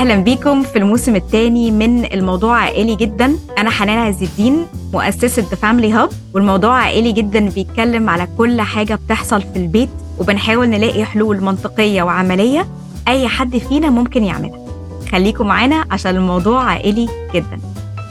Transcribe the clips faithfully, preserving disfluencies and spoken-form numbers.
أهلا بيكم في الموسم الثاني من الموضوع عائلي جدا. أنا حنان عز الدين، مؤسسة The Family Hub، والموضوع عائلي جدا بيتكلم على كل حاجة بتحصل في البيت، وبنحاول نلاقي حلول منطقية وعملية أي حد فينا ممكن يعملها. خليكم معانا عشان الموضوع عائلي جدا.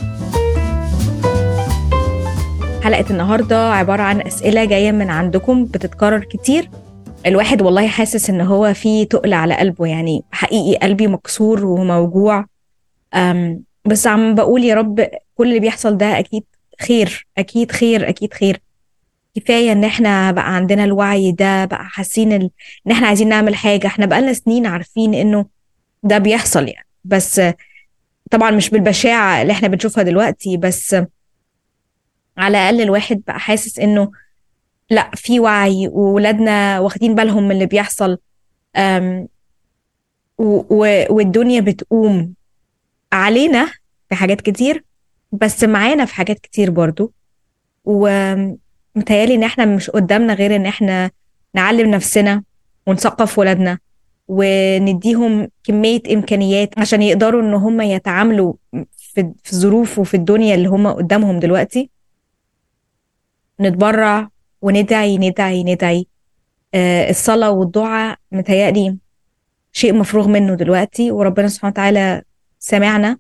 حلقة النهاردة عبارة عن أسئلة جاية من عندكم بتتكرر كتير. الواحد والله حاسس إن هو فيه تقل على قلبه، يعني حقيقي قلبي مكسور وموجوع. أم بس عم بقول يا رب كل اللي بيحصل ده أكيد خير، أكيد خير، أكيد خير. كفاية إن إحنا بقى عندنا الوعي ده، بقى حاسين إن إحنا عايزين نعمل حاجة. إحنا بقالنا سنين عارفين إنه ده بيحصل يعني، بس طبعا مش بالبشاعة اللي إحنا بنشوفها دلوقتي، بس على الأقل الواحد بقى حاسس إنه لا، في وعي وولادنا واخدين بالهم من اللي بيحصل. أم والدنيا بتقوم علينا في حاجات كتير، بس معانا في حاجات كتير برضو. ومتهيالي ان احنا مش قدامنا غير ان احنا نعلم نفسنا ونثقف ولادنا ونديهم كمية امكانيات عشان يقدروا ان هم يتعاملوا في الظروف وفي الدنيا اللي هم قدامهم دلوقتي. نتبرع وندعي ندعي ندعي. آه الصلاة والدعاء متهيألي شيء مفروغ منه دلوقتي، وربنا سبحانه وتعالى سمعنا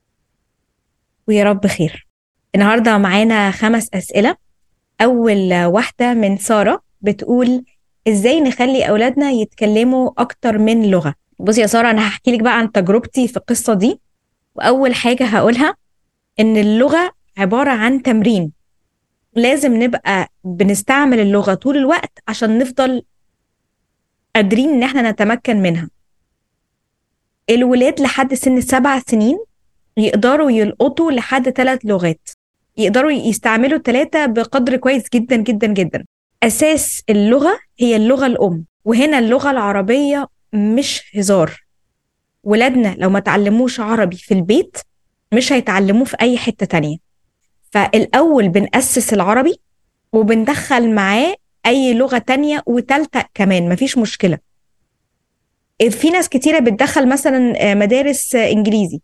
ويا رب خير. النهاردة معانا خمس أسئلة. أول واحدة من سارة بتقول: إزاي نخلي أولادنا يتكلموا أكتر من لغة؟ بصي يا سارة، أنا هحكي لك بقى عن تجربتي في القصة دي. وأول حاجة هقولها إن اللغة عبارة عن تمرين. لازم نبقى بنستعمل اللغة طول الوقت عشان نفضل قادرين إن احنا نتمكن منها. الولاد لحد سن سبع سنين يقدروا يلقطوا لحد ثلاث لغات، يقدروا يستعملوا ثلاثة بقدر كويس جدا جدا جدا. أساس اللغة هي اللغة الأم، وهنا اللغة العربية مش هزار. ولادنا لو ما تعلموش عربي في البيت مش هيتعلموه في أي حتة تانية. فالأول بنأسس العربي وبندخل معاه أي لغة تانية وتالتة كمان، مفيش مشكلة. في ناس كتيرة بتدخل مثلا مدارس إنجليزي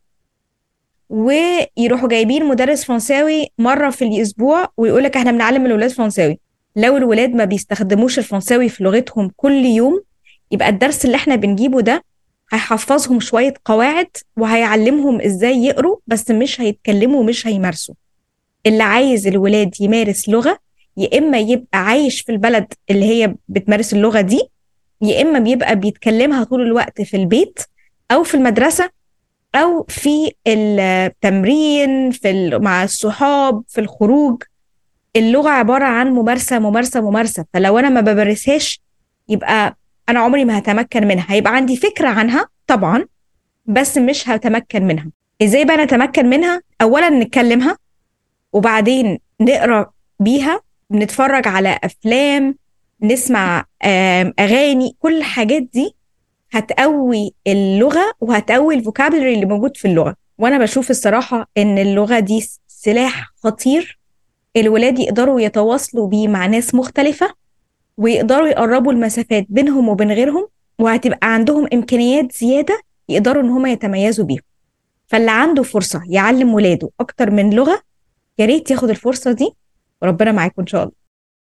ويروحوا جايبين مدرس فرنساوي مرة في الأسبوع ويقولك احنا بنعلم الولاد فرنساوي. لو الولاد ما بيستخدموش الفرنساوي في لغتهم كل يوم، يبقى الدرس اللي احنا بنجيبه ده هيحفظهم شوية قواعد وهيعلمهم ازاي يقروا، بس مش هيتكلموا ومش هيمارسوا. اللي عايز الولاد يمارس لغة، يا إما يبقى عايش في البلد اللي هي بتمارس اللغة دي، يا إما بيبقى بيتكلمها طول الوقت في البيت أو في المدرسة أو في التمرين في مع الصحاب في الخروج. اللغة عبارة عن ممارسة ممارسة ممارسة. فلو أنا ما بمارسهاش يبقى أنا عمري ما هتمكن منها. هيبقى عندي فكرة عنها طبعا، بس مش هتمكن منها. إزاي بقى نتمكن منها؟ أولا نتكلمها، وبعدين نقرأ بيها، نتفرج على أفلام، نسمع أغاني. كل الحاجات دي هتقوي اللغة وهتقوي الفوكابلري اللي موجود في اللغة. وأنا بشوف الصراحة إن اللغة دي سلاح خطير. الولاد يقدروا يتواصلوا بيه مع ناس مختلفة، ويقدروا يقربوا المسافات بينهم وبين غيرهم، وهتبقى عندهم إمكانيات زيادة يقدروا إن هم يتميزوا بيهم. فاللي عنده فرصة يعلم ولاده أكتر من لغة يا ريت ياخد الفرصة دي، وربنا معاكم إن شاء الله.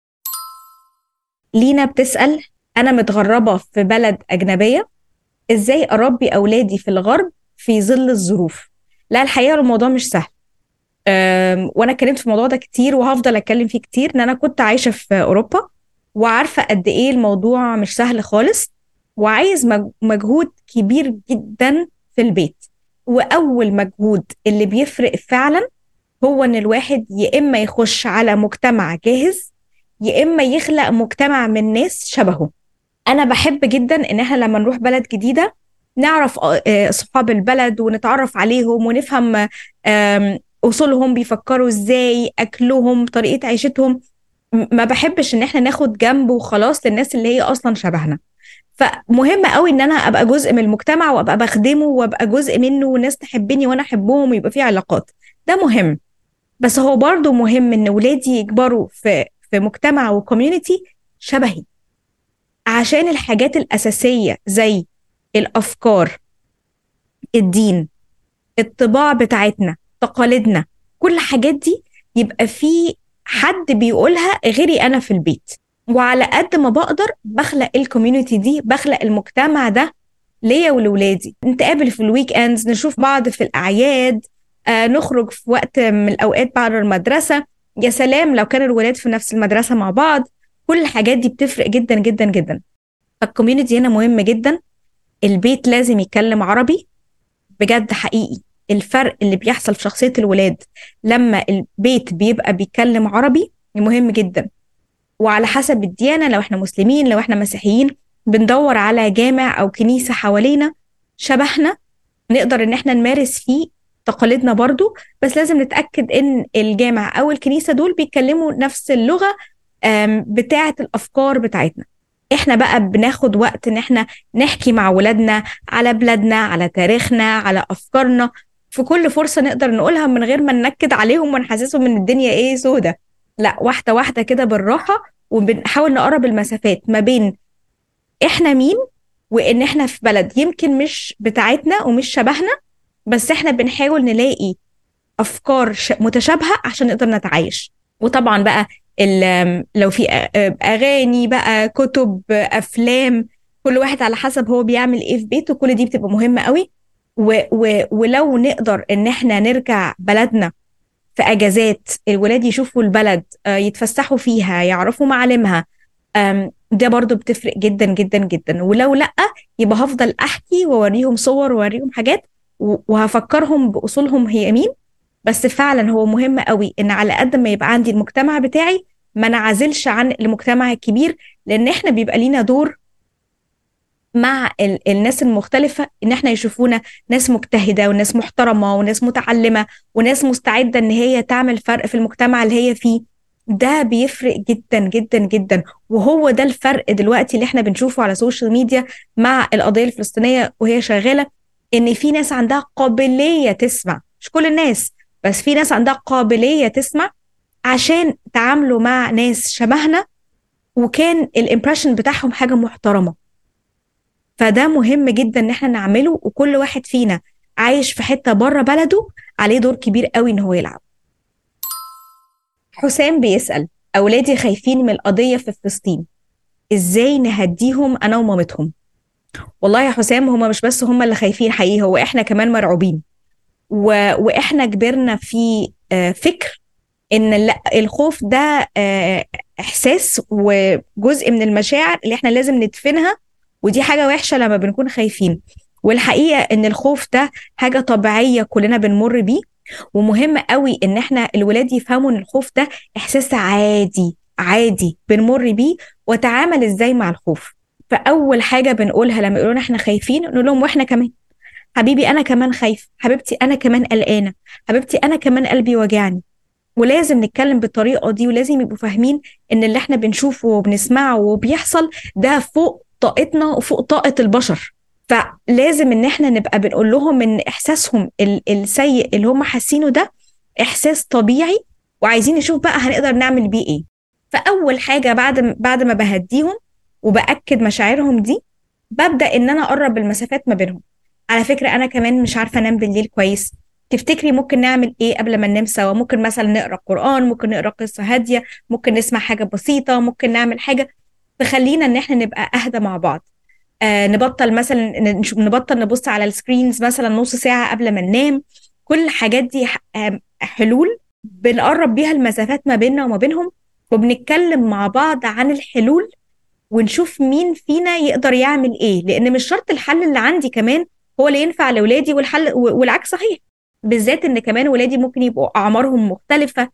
لينا بتسأل: أنا متغربة في بلد أجنبية، إزاي أربي أولادي في الغرب في ظل الظروف؟ لا، الحقيقة الموضوع مش سهل. وأنا اتكلمت في الموضوع ده كتير وهفضل أتكلم فيه كتير، إن أنا كنت عايشة في أوروبا وعارفة قد إيه الموضوع مش سهل خالص، وعايز مجهود كبير جدا في البيت. وأول مجهود اللي بيفرق فعلا هو إن الواحد يا إما يخش على مجتمع جاهز، يا إما يخلق مجتمع من ناس شبهه. أنا بحب جدا إن إحنا لما نروح بلد جديدة نعرف أصحاب البلد ونتعرف عليهم ونفهم أصولهم، بيفكروا إزاي، أكلهم، طريقة عيشتهم. ما بحبش إن إحنا ناخد جنب وخلاص للناس اللي هي أصلا شبهنا. فمهم قوي إن أنا أبقى جزء من المجتمع وأبقى بخدمه وأبقى جزء منه، وناس تحبني وأنا أحبهم ويبقى فيه علاقات. ده مهم، بس هو برضو مهم إن ولادي يكبروا في في مجتمع وكوميونيتي شبهي، عشان الحاجات الأساسية زي الأفكار الدين، الطباع بتاعتنا، تقاليدنا، كل الحاجات دي يبقى في حد بيقولها غيري أنا في البيت. وعلى قد ما بقدر بخلق الكوميونتي دي، بخلق المجتمع ده ليا ولولادي. نتقابل في الويك اندز، نشوف بعض في الأعياد، آه نخرج في وقت من الأوقات بعد المدرسة. يا سلام لو كان الولاد في نفس المدرسة مع بعض. كل الحاجات دي بتفرق جدا جدا جدا. فالكوميونتي هنا مهم جدا. البيت لازم يتكلم عربي بجد حقيقي. الفرق اللي بيحصل في شخصية الولاد لما البيت بيبقى بيتكلم عربي مهم جدا. وعلى حسب الديانة، لو احنا مسلمين لو احنا مسيحيين، بندور على جامع أو كنيسة حوالينا شبهنا نقدر ان احنا نمارس فيه تقاليدنا برضو. بس لازم نتأكد ان الجامع أو الكنيسة دول بيتكلموا نفس اللغة بتاعة الأفكار بتاعتنا. احنا بقى بناخد وقت ان احنا نحكي مع ولادنا على بلادنا، على تاريخنا، على افكارنا، في كل فرصة نقدر نقولها من غير ما ننكد عليهم ونحسسهم ان الدنيا ايه سودة. لا، واحدة واحدة كده بالراحة، وبنحاول نقرب المسافات ما بين احنا مين وان احنا في بلد يمكن مش بتاعتنا ومش شبهنا، بس احنا بنحاول نلاقي افكار متشابهة عشان نقدر نتعايش. وطبعا بقى لو في اغاني بقى، كتب، افلام، كل واحد على حسب هو بيعمل ايه في بيته، كل دي بتبقى مهمة قوي. و و ولو نقدر ان احنا نرجع بلدنا في اجازات، الولاد يشوفوا البلد، يتفسحوا فيها، يعرفوا معالمها، ده برضو بتفرق جدا جدا جدا. ولو لأ، يبقى هفضل احكي ووريهم صور ووريهم حاجات وهفكرهم بأصولهم هي مين. بس فعلا هو مهم قوي ان على قد ما يبقى عندي المجتمع بتاعي ما نعزلش عن المجتمع الكبير، لان احنا بيبقى لينا دور مع ال الناس المختلفة، ان احنا يشوفونا ناس مجتهدة وناس محترمة وناس متعلمة وناس مستعدة ان هي تعمل فرق في المجتمع اللي هي فيه. ده بيفرق جدا جدا جدا. وهو ده الفرق دلوقتي اللي احنا بنشوفه على السوشيال ميديا مع القضية الفلسطينية وهي شغالة، ان في ناس عندها قابلية تسمع، مش كل الناس، بس في ناس عندها قابلية تسمع عشان تعاملوا مع ناس شبهنا وكان الامبريشن بتاعهم حاجة محترمة. فده مهم جدا ان احنا نعمله، وكل واحد فينا عايش في حتة بره بلده عليه دور كبير قوي ان هو يلعب. حسام بيسأل: أولادي خايفين من القضية في فلسطين، ازاي نهديهم انا ومامتهم؟ والله يا حسام، هما مش بس هما اللي خايفين حقيقي، هو احنا كمان مرعوبين. و... واحنا كبرنا في فكر ان الخوف ده احساس وجزء من المشاعر اللي احنا لازم ندفنها، ودي حاجة وحشة لما بنكون خايفين. والحقيقة ان الخوف ده حاجة طبيعية كلنا بنمر بيه، ومهم قوي ان احنا الولاد يفهموا ان الخوف ده احساس عادي عادي بنمر بيه، وتعامل ازاي مع الخوف. فاول حاجة بنقولها لما يقولون احنا خايفين، نقول لهم واحنا كمان، حبيبي انا كمان خايف، حبيبتي انا كمان قلقانة، حبيبتي انا كمان قلبي وجعني. ولازم نتكلم بالطريقة دي، ولازم يبقوا فاهمين ان اللي احنا بنشوفه وبنسمعه وبيحصل ده فوق طاقتنا وفوق طاقة البشر. فلازم ان احنا نبقى بنقول لهم ان احساسهم السيء اللي هم حاسينه ده احساس طبيعي، وعايزين نشوف بقى هنقدر نعمل بيه ايه. فاول حاجة بعد بعد ما بهديهم وبأكد مشاعرهم دي، ببدأ ان انا اقرب المسافات ما بينهم. على فكرة انا كمان مش عارفة انام بالليل كويس، تفتكري ممكن نعمل ايه قبل ما ننام سوا؟ ممكن مثلا نقرا قرآن، ممكن نقرا قصة هادية، ممكن نسمع حاجة بسيطة، ممكن نعمل حاجة تخلينا ان احنا نبقى اهدى مع بعض. آه نبطل مثلا نبطل نبص على السكرينز مثلا نص ساعة قبل ما ننام. كل الحاجات دي حلول بنقرب بيها المسافات ما بيننا وما بينهم، وبنتكلم مع بعض عن الحلول ونشوف مين فينا يقدر يعمل ايه، لان مش شرط الحل اللي عندي كمان هو اللي ينفع لاولادي، والحل والعكس صحيح، بالذات ان كمان ولادي ممكن يبقوا اعمارهم مختلفة،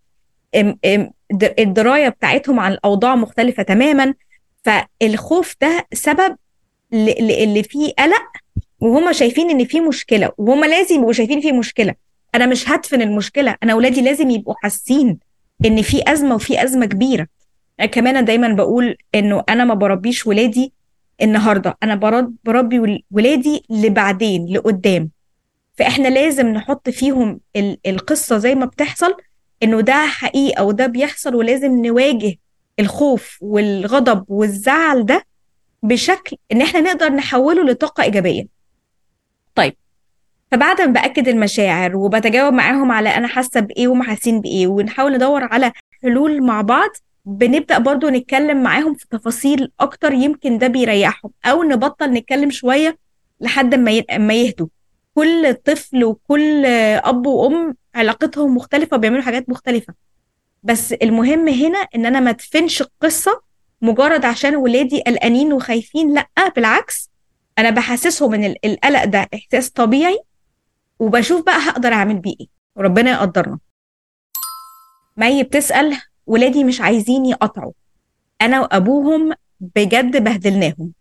الدراية بتاعتهم عن الاوضاع مختلفة تماما. فالخوف ده سبب اللي فيه قلق، وهما شايفين ان في مشكلة، وهما لازم يبقوا شايفين في مشكلة. انا مش هدفن المشكلة، انا ولادي لازم يبقوا حاسين ان في ازمة وفي ازمة كبيرة. كمان أنا دايما بقول انه انا ما بربيش ولادي النهاردة، انا بربي ولادي لبعدين لقدام. فاحنا لازم نحط فيهم القصة زي ما بتحصل، انه ده حقيقة وده بيحصل، ولازم نواجه الخوف والغضب والزعل ده بشكل ان احنا نقدر نحوله لطاقة ايجابية. طيب، فبعد ما باكد المشاعر وبتجاوب معاهم على انا حاسه بايه وهم حاسين بايه، ونحاول ندور على حلول مع بعض، بنبدا برضو نتكلم معاهم في تفاصيل اكتر، يمكن ده بيريحهم، او نبطل نتكلم شويه لحد ما ي- ما يهدوا. كل طفل وكل اب وام علاقتهم مختلفه وبيعملوا حاجات مختلفه، بس المهم هنا ان انا ما ادفنش القصه مجرد عشان ولادي قلقانين وخايفين. لا بالعكس، انا بحسسهم ان ال- القلق ده احساس طبيعي، وبشوف بقى هقدر اعمل بيه ايه، وربنا يقدرنا. مي بتسأل: ولادي مش عايزين يقطعوا، انا وابوهم بجد بهدلناهم،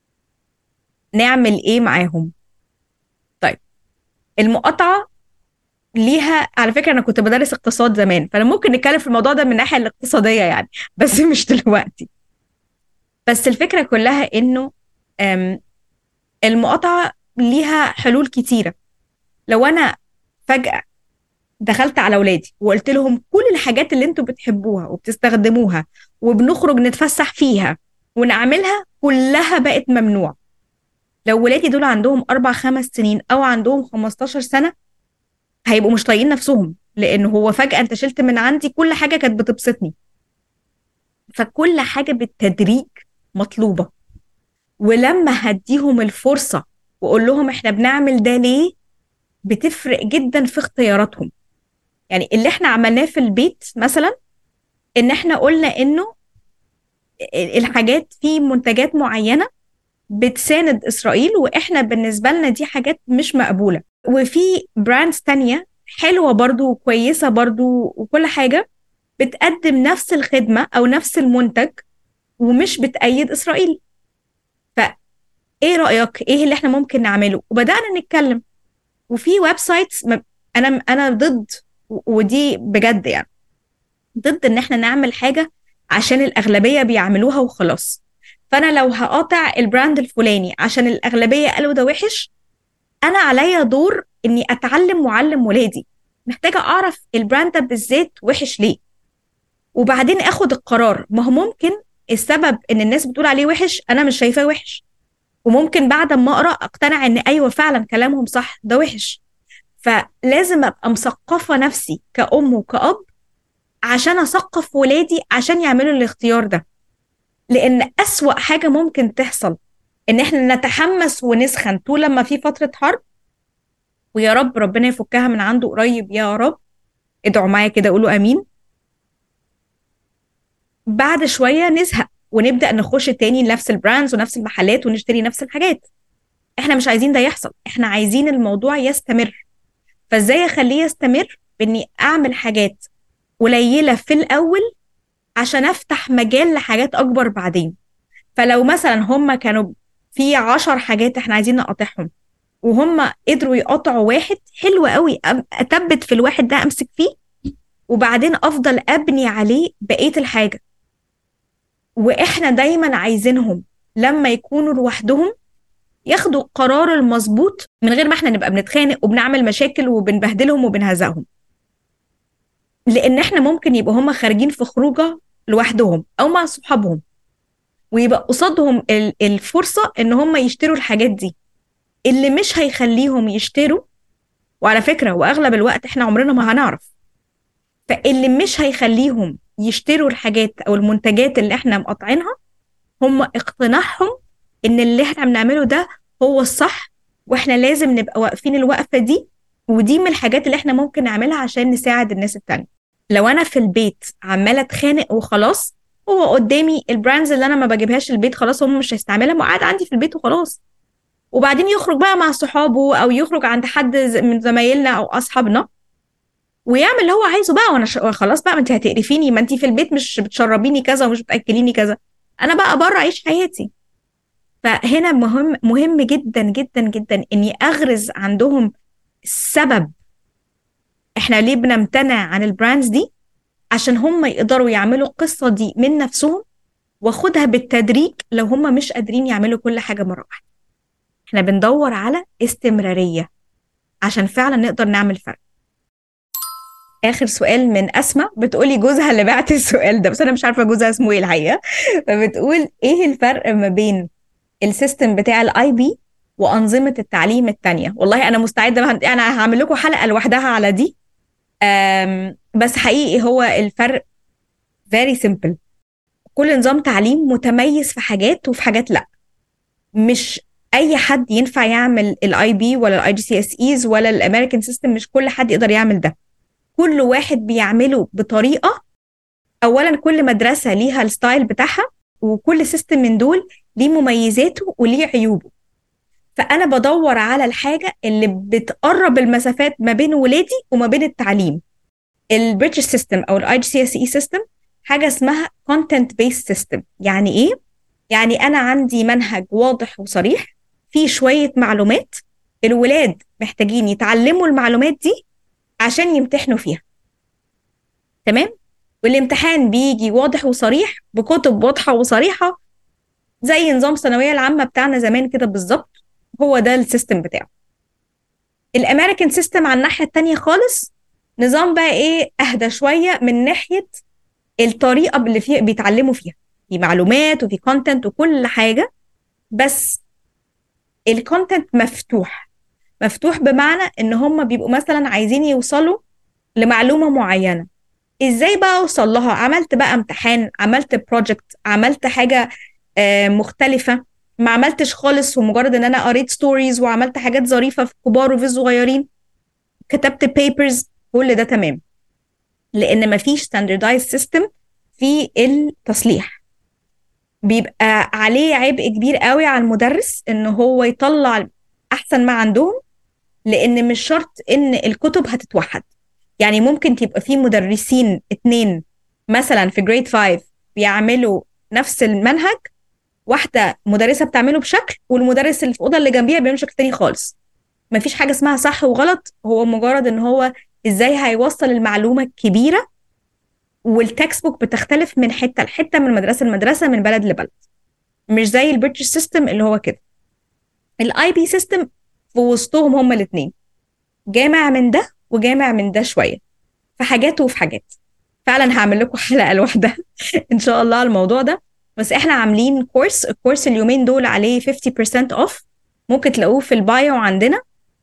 نعمل ايه معاهم؟ طيب، المقاطعة ليها، على فكرة انا كنت بدرس اقتصاد زمان، فانا ممكن نتكلم في الموضوع ده من الناحية الاقتصادية يعني، بس مش دلوقتي. بس الفكرة كلها انه أم، المقاطعة ليها حلول كتيرة. لو انا فجأة دخلت على ولادي وقلت لهم كل الحاجات اللي انتوا بتحبوها وبتستخدموها وبنخرج نتفسح فيها ونعملها كلها بقت ممنوع، لو ولادي دول عندهم أربع خمس سنين أو عندهم خمستاشر سنة، هيبقوا مش طايقين نفسهم، لأنه هو فجأة أنت شلت من عندي كل حاجة كانت بتبسطني. فكل حاجة بالتدريج مطلوبة، ولما هديهم الفرصة وأقول لهم إحنا بنعمل ده ليه، بتفرق جدا في اختياراتهم. يعني اللي احنا عملناه في البيت مثلا، ان احنا قلنا انه الحاجات في منتجات معينة بتساند إسرائيل، وإحنا بالنسبة لنا دي حاجات مش مقبولة، وفي براندز تانية حلوة برضو وكويسة برضو وكل حاجة بتقدم نفس الخدمة أو نفس المنتج ومش بتأيد إسرائيل. فإيه رأيك؟ إيه اللي إحنا ممكن نعمله؟ وبدأنا نتكلم، وفي ويب سايتس م- أنا أنا ضد، و- ودي بجد يعني ضد إن إحنا نعمل حاجة عشان الأغلبية بيعملوها وخلاص. فانا لو هقاطع البراند الفلاني عشان الاغلبيه قالوا ده وحش، انا عليا دور اني اتعلم واعلم ولادي، محتاجه اعرف البراند ده بالذات وحش ليه، وبعدين اخد القرار. ما هو ممكن السبب ان الناس بتقول عليه وحش انا مش شايفاه وحش، وممكن بعد ما اقرا اقتنع ان ايوه فعلا كلامهم صح، ده وحش. فلازم ابقى مثقفه نفسي كأم وكأب عشان اثقف ولادي عشان يعملوا الاختيار ده. لان اسوأ حاجه ممكن تحصل ان احنا نتحمس ونسخن طول لما في فترة حرب، ويا رب ربنا يفكها من عنده قريب يا رب، ادعوا معايا كده قولوا امين. بعد شوية نزهق ونبدأ نخش تاني لنفس البراندز ونفس المحلات ونشتري نفس الحاجات. احنا مش عايزين ده يحصل، احنا عايزين الموضوع يستمر. فازاي اخليه يستمر؟ باني اعمل حاجات قليلة في الاول عشان افتح مجال لحاجات اكبر بعدين. فلو مثلا هم كانوا في عشر حاجات احنا عايزين نقاطعهم، وهم قدروا يقطعوا واحد، حلو قوي، أم- اثبت في الواحد ده امسك فيه، وبعدين افضل ابني عليه بقية الحاجة. واحنا دايما عايزينهم لما يكونوا لوحدهم ياخدوا القرار المظبوط من غير ما احنا نبقى بنتخانق وبنعمل مشاكل وبنبهدلهم وبنهزقهم. لان احنا ممكن يبقوا هم خارجين في خروجه لوحدهم او مع صحابهم، ويبقى قصادهم ال- الفرصة ان هم يشتروا الحاجات دي اللي مش هيخليهم يشتروا. وعلى فكرة واغلب الوقت احنا عمرنا ما هنعرف، فاللي مش هيخليهم يشتروا الحاجات او المنتجات اللي احنا مقاطعينها هم اقتناعهم ان اللي احنا بنعمله ده هو الصح، واحنا لازم نبقى واقفين الوقفة دي. ودي من الحاجات اللي احنا ممكن نعملها عشان نساعد الناس التانية. لو انا في البيت عمالة اتخانق وخلاص، هو قدامي البراندز اللي انا ما بجيبهاش البيت خلاص هم مش هيستعملها، وقاعد عندي في البيت وخلاص. وبعدين يخرج بقى مع صحابه او يخرج عند حد ز- من زمايلنا او اصحابنا ويعمل اللي هو عايزه بقى، وانا ش... خلاص بقى، ما انت هتقرفيني، ما انت في البيت مش بتشربيني كذا ومش بتاكليني كذا، انا بقى بره اعيش حياتي. فهنا مهم مهم جدا جدا جدا اني اغرز عندهم السبب احنا ليه بنمتنع عن البراندز دي، عشان هم يقدروا يعملوا القصة دي من نفسهم، واخدها بالتدريج لو هم مش قادرين يعملوا كل حاجة مرة واحدة. احنا بندور على استمرارية عشان فعلا نقدر نعمل فرق. آخر سؤال من أسماء، بتقولي جوزها اللي بعت السؤال ده، بس أنا مش عارفة جوزها اسمه إيه الحقيقة. فبتقول إيه الفرق ما بين السيستم بتاع الاي بي وأنظمة التعليم التانية. والله أنا مستعدة، أنا هعمل لكم حلقة لوحدها على دي. بس حقيقي هو الفرق very simple. كل نظام تعليم متميز في حاجات وفي حاجات لأ. مش أي حد ينفع يعمل الاي بي ولا الاي جي سي اس ايز ولا الامريكان سيستم، مش كل حد يقدر يعمل ده. كل واحد بيعمله بطريقة. أولا كل مدرسة ليها الستايل بتاعها، وكل سيستم من دول ليه مميزاته وليه عيوبه. فأنا بدور على الحاجة اللي بتقرب المسافات ما بين ولادي وما بين التعليم. البريتش سيستم أو الاي جي سي اس اي سيستم حاجة اسمها content based system. يعني إيه؟ يعني أنا عندي منهج واضح وصريح فيه شوية معلومات، الولاد محتاجين يتعلموا المعلومات دي عشان يمتحنوا فيها. تمام؟ والامتحان بيجي واضح وصريح بكتب واضحة وصريحة زي نظام الثانوية العامة بتاعنا زمان كده بالظبط. هو ده السيستم بتاعه. الامريكان سيستم على الناحية التانية خالص نظام بقى ايه، اهدى شوية من ناحية الطريقة اللي فيه بيتعلموا فيها، في معلومات وفي كونتنت وكل حاجة، بس الكونتنت مفتوح. مفتوح بمعنى ان هم بيبقوا مثلا عايزين يوصلوا لمعلومة معينة، ازاي بقى اوصل لها؟ عملت بقى امتحان، عملت بروجكت، عملت حاجة آه مختلفة، ما عملتش خالص ومجرد ان انا قريت ستوريز وعملت حاجات ظريفة في كبار وفي صغيرين، كتبت بيبرز، كل ده تمام. لان مفيش ستاندردايز سيستم في التصليح. بيبقى عليه عبء كبير قوي على المدرس ان هو يطلع احسن ما عندهم، لان مش شرط ان الكتب هتتوحد. يعني ممكن تبقى في مدرسين اتنين مثلا في جريد فايف بيعملوا نفس المنهج، واحدة مدرسة بتعمله بشكل والمدرس اللي في الأوضة اللي جنبيها بيعمل شكل تاني خالص. مفيش حاجة اسمها صح وغلط، هو مجرد ان هو ازاي هيوصل المعلومة الكبيرة. والتكست بوك بتختلف من حتة لحتة، من مدرسة لمدرسة، من بلد لبلد، مش زي البريتش سيستم اللي هو كده. الاي بي سيستم في وسطهم هما الاثنين، جامع من ده وجامع من ده شوية في حاجات وفي حاجات. فعلا هعمل لكم حلقة لوحدها ان شاء الله على الموضوع ده. بس احنا عاملين كورس، الكورس اليومين دول عليه خمسين بالمية اوف، ممكن تلاقوه في البايو عندنا.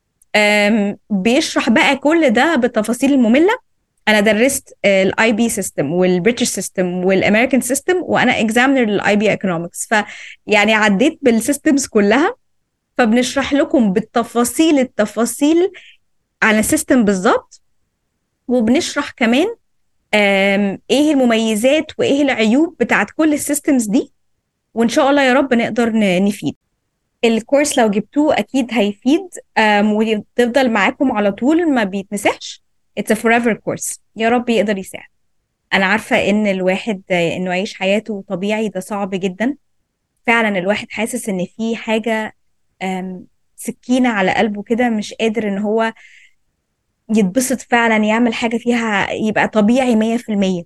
بيشرح بقى كل ده بالتفاصيل المملة. انا درست الاي بي سيستم والبريتش سيستم والامريكان سيستم، وانا اكزامنر للاي بي ايكونومكس، فيعني عديت بالسيستمز كلها. فبنشرح لكم بالتفاصيل التفاصيل على السيستم بالظبط، وبنشرح كمان ايه المميزات وايه العيوب بتاعت كل السيستمز دي، وان شاء الله يا رب نقدر نفيد. الكورس لو جبتوه اكيد هيفيد وتفضل معاكم على طول، ما بيتمسحش. It's a forever course. يا رب يقدر يساعد. انا عارفة ان الواحد انه يعيش حياته طبيعي ده صعب جدا فعلا. الواحد حاسس ان في حاجة سكينة على قلبه كده، مش قادر ان هو يتبسط فعلا، يعمل حاجة فيها يبقى طبيعي مية في المية.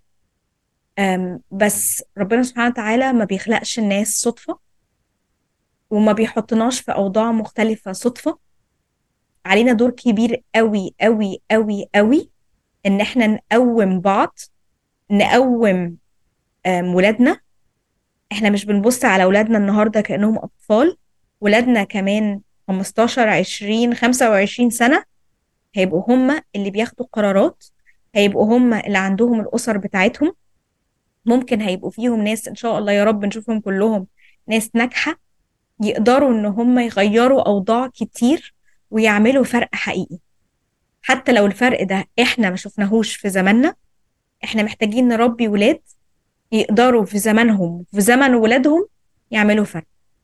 بس ربنا سبحانه وتعالى ما بيخلقش الناس صدفة، وما بيحطناش في أوضاع مختلفة صدفة. علينا دور كبير قوي قوي قوي قوي ان احنا نقوم بعض، نقوم ولادنا. احنا مش بنبص على ولادنا النهاردة كأنهم أطفال. ولادنا كمان خمستاشر عشرين خمسة وعشرين سنة هيبقوا هم اللي بياخدوا قرارات، هيبقوا هم اللي عندهم الأسر بتاعتهم. ممكن هيبقوا فيهم ناس إن شاء الله يا رب نشوفهم كلهم ناس ناجحة، يقدروا إن هم يغيروا أوضاع كتير ويعملوا فرق حقيقي. حتى لو الفرق ده إحنا ما شفناهوش في زماننا، إحنا محتاجين نربي ولاد يقدروا في زمانهم في زمن ولادهم يعملوا فرق.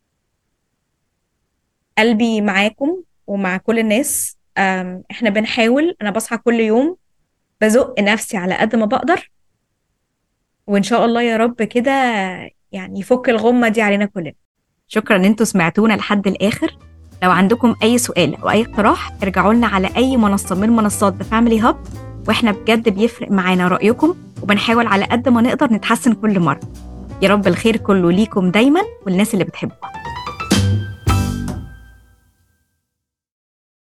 قلبي معاكم ومع كل الناس. إحنا بنحاول، أنا بصحى كل يوم بزق نفسي على قد ما بقدر، وإن شاء الله يا رب كده يعني يفك الغمة دي علينا كلنا. شكرا ان انتوا سمعتونا لحد الآخر. لو عندكم أي سؤال أو أي اقتراح ارجعوا لنا على أي منصة من منصات The Family Hub، وإحنا بجد بيفرق معانا رأيكم، وبنحاول على قد ما نقدر نتحسن كل مرة. يا رب الخير كله ليكم دايما والناس اللي بتحبوها.